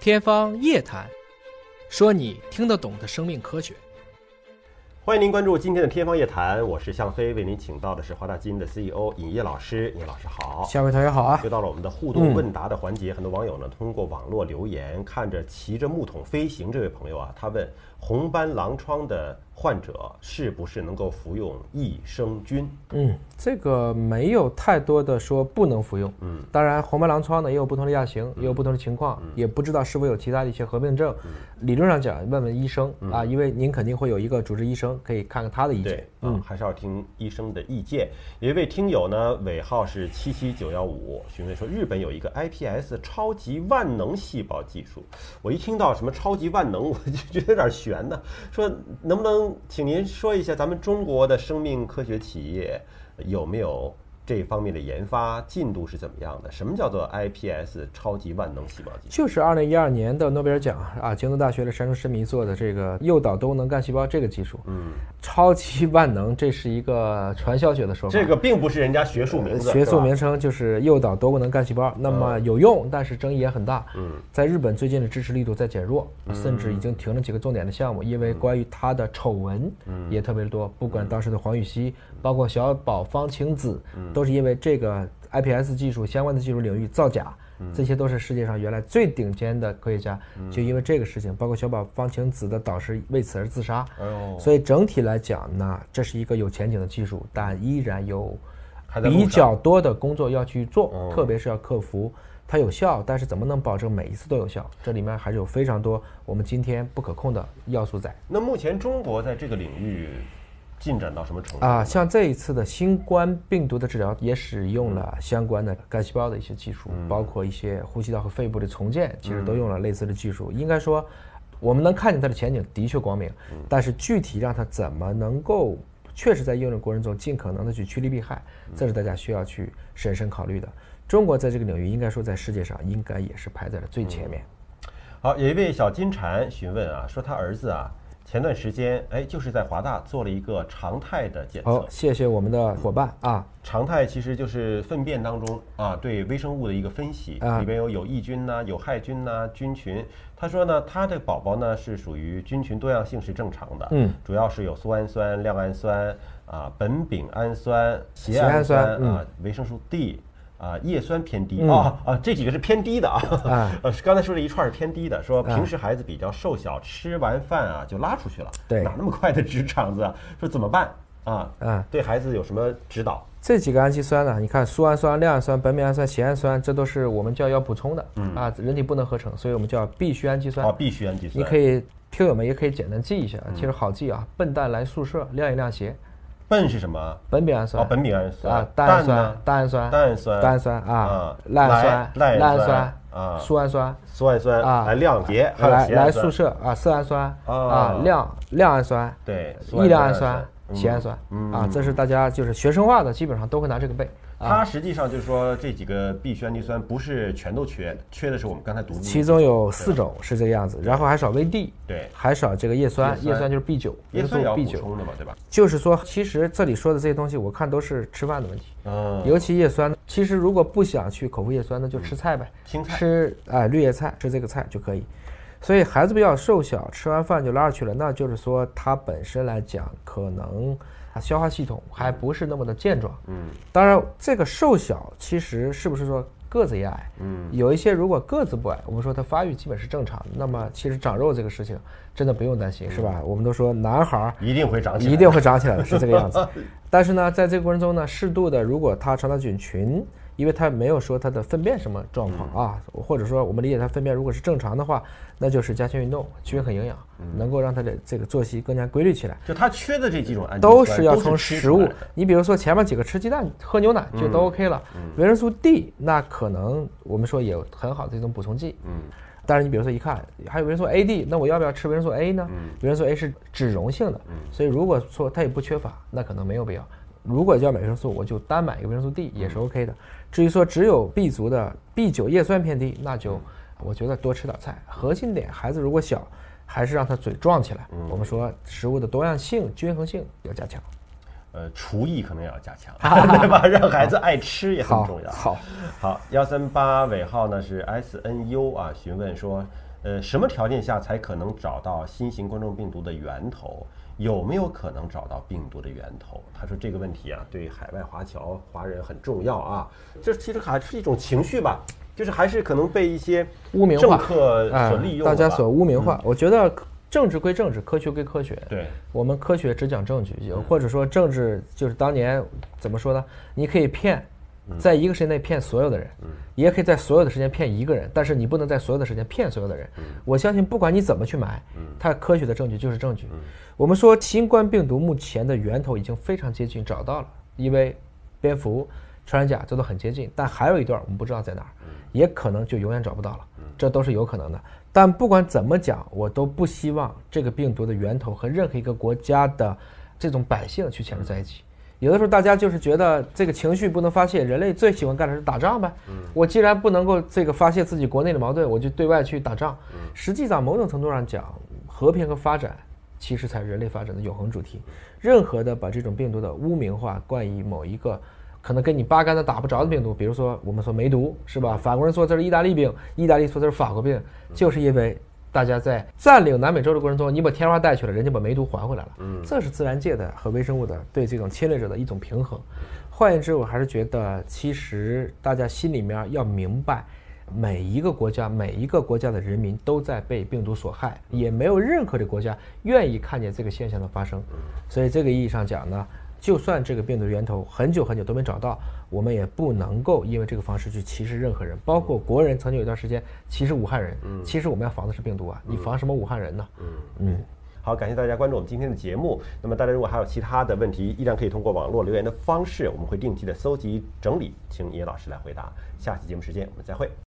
天方夜谭，说你听得懂的生命科学。 欢迎您关注今天的天方夜谭，我是向飞，为您请到的是华大基因的 CEO 尹烨老师。尹老师好。 向飞同学好啊。 又到了我们的互动问答的环节，很多网友呢通过网络留言，看着骑着木桶飞行这位朋友啊，他问红斑狼疮的患者是不是能够服用益生菌？ 这个没有太多的说不能服用。当然红斑狼疮呢也有不同的亚型，也有不同的情况，也不知道是否有其他的一些合并症。理论上讲，问问医生啊，因为您肯定会有一个主治医生，可以看看他的意见。 还是要听医生的意见。有一位听友呢，尾号是77915，询问说日本有一个 iPS 超级万能细胞技术。我一听到什么超级万能，我就觉得有点悬呢。说能不能请您说一下咱们中国的生命科学企业有没有这方面的研发进度是怎么样的？什么叫做 iPS 超级万能细胞技术？ 就是2012年的诺贝尔奖啊，京都大学的山中伸弥做的这个诱导多功能干细胞这个技术。超级万能，这是一个传销学的说法。 这个并不是人家学术名字， 学术名称就是诱导多功能干细胞。那么有用，但是争议也很大。在日本最近的支持力度在减弱，甚至已经停了几个重点的项目，因为关于它的丑闻也特别多。不管当时的黄禹锡，包括小宝方晴子，都是因为这个 iPS 技术相关的技术领域造假。这些都是世界上原来最顶尖的科学家，就因为这个事情，包括小宝方晴子的导师为此而自杀。所以整体来讲呢，这是一个有前景的技术，但依然有比较多的工作要去做，特别是要克服它有效，但是怎么能保证每一次都有效？这里面还是有非常多我们今天不可控的要素在。 那目前中国在这个领域进展到什么程度啊？像这一次的新冠病毒的治疗也使用了相关的干细胞的一些技术，包括一些呼吸道和肺部的重建，其实都用了类似的技术。应该说，我们能看见它的前景的确光明，但是具体让它怎么能够确实在应用过程中尽可能的去趋利避害，这是大家需要去审慎考虑的。中国在这个领域应该说在世界上应该也是排在了最前面。 好，有一位小金蝉询问啊，说他儿子啊前段时间就是在华大做了一个常态的检测。 谢谢我们的伙伴啊。 常态其实就是粪便当中啊对微生物的一个分析，里边有益菌呐、有害菌呐、菌群。他说呢，他的宝宝呢是属于菌群多样性是正常的，主要是有苏氨酸、亮氨酸啊、苯丙氨酸、缬氨酸啊、维生素 D。叶酸偏低这几个是偏低的啊。刚才说这一串是偏低的，说平时孩子比较瘦小，吃完饭啊就拉出去了， 对， 哪那么快的直肠子啊？说怎么办啊？对孩子有什么指导？ 这几个氨基酸呢？你看苏氨酸、亮氨酸、苯丙氨酸、缬氨酸，这都是我们叫要补充的人体不能合成，所以我们叫必需氨基酸。 必需氨基酸。 你可以听友们也可以简单记一下，其实好记啊。笨蛋来宿舍，晾一晾鞋。 苯是什么？ 苯丙氨酸。 苯丙氨酸氮氨酸、氮氨酸、氮氨酸赖氨酸、赖氨酸苏氨酸、 苏氨酸来亮鞋， 来宿舍色氨酸亮氨酸， 对， 异亮氨酸、缬氨酸这是大家就是学生化的，基本上都会拿这个背。 它实际上就是说这几个必需氨基酸不是全都缺的是我们刚才读的， 其中有4种是这个样子，然后还少维 D， 对， 还少这个叶酸就是 B9， 叶酸要补充的嘛，对吧？ 就是说，其实这里说的这些东西，我看都是吃饭的问题。尤其叶酸，其实如果不想去口服叶酸，那就吃菜呗， 青菜， 吃绿叶菜，吃这个菜就可以。所以孩子比较瘦小，吃完饭就拉出去了，那就是说他本身来讲可能消化系统还不是那么的健壮。当然这个瘦小其实是不是说个子也矮？有一些如果个子不矮，我们说他发育基本是正常的，那么其实长肉这个事情真的不用担心，是吧？我们都说男孩一定会长起来的，是这个样子。但是呢，在这个过程中呢，适度的，如果他肠道菌群，因为他没有说他的粪便什么状况或者说我们理解他粪便如果是正常的话，那就是加强运动、均衡营养，能够让他的这个作息更加规律起来。 就他缺的这几种氨基酸都是要从食物，你比如说前面几个吃鸡蛋、喝牛奶就都 OK 了。维生素 D 那可能我们说也有很好的一种补充剂。但是你比如说一看还有维生素 AD， 那我要不要吃维生素 A 呢？维生素 A 是脂溶性的，所以如果说它也不缺乏，那可能没有必要。如果要买维生素，我就单买一个维生素 D 也是 OK 的。至于说只有 B 族的 B9 叶酸偏低，那就我觉得多吃点菜。核心点，孩子如果小，还是让他嘴壮起来。我们说食物的多样性、均衡性要加强。 厨艺可能也要加强，对吧？让孩子爱吃也很重要。 好， 138尾号呢是 SNU 询问说， 什么条件下才可能找到新型冠状病毒的源头？有没有可能找到病毒的源头？他说这个问题啊，对海外华人很重要啊。这其实还是一种情绪吧，就是还是可能被一些污名化政客所利用， 大家所污名化。我觉得政治归政治，科学归科学。 对， 我们科学只讲证据，或者说政治就是当年怎么说呢？你可以骗。在一个时间内骗所有的人，也可以在所有的时间骗一个人，但是你不能在所有的时间骗所有的人。我相信不管你怎么去买，它科学的证据就是证据。我们说新冠病毒目前的源头已经非常接近，找到了，因为蝙蝠、传染甲这都很接近，但还有一段我们不知道在哪儿，也可能就永远找不到了，这都是有可能的。但不管怎么讲，我都不希望这个病毒的源头和任何一个国家的这种百姓去牵扯在一起。有的时候大家就是觉得这个情绪不能发泄，人类最喜欢干的是打仗呗。我既然不能够这个发泄自己国内的矛盾，我就对外去打仗。实际上某种程度上讲，和平和发展其实才是人类发展的永恒主题。任何的把这种病毒的污名化冠以某一个可能跟你八竿子打不着的病毒，比如说我们说梅毒是吧？法国人说这是意大利病，意大利说这是法国病，就是因为大家在占领南美洲的过程中，你把天花带去了，人家把梅毒还回来了。这是自然界的和微生物的对这种侵略者的一种平衡。换言之，我还是觉得，其实大家心里面要明白，每一个国家的人民都在被病毒所害，也没有任何的国家愿意看见这个现象的发生。所以这个意义上讲呢，就算这个病毒源头很久都没找到，我们也不能够因为这个方式去歧视任何人，包括国人曾经有一段时间歧视武汉人。其实我们要防的是病毒啊，你防什么武汉人呢？ 好，感谢大家关注我们今天的节目。那么大家如果还有其他的问题，依然可以通过网络留言的方式，我们会定期的搜集整理，请叶老师来回答。下期节目时间我们再会。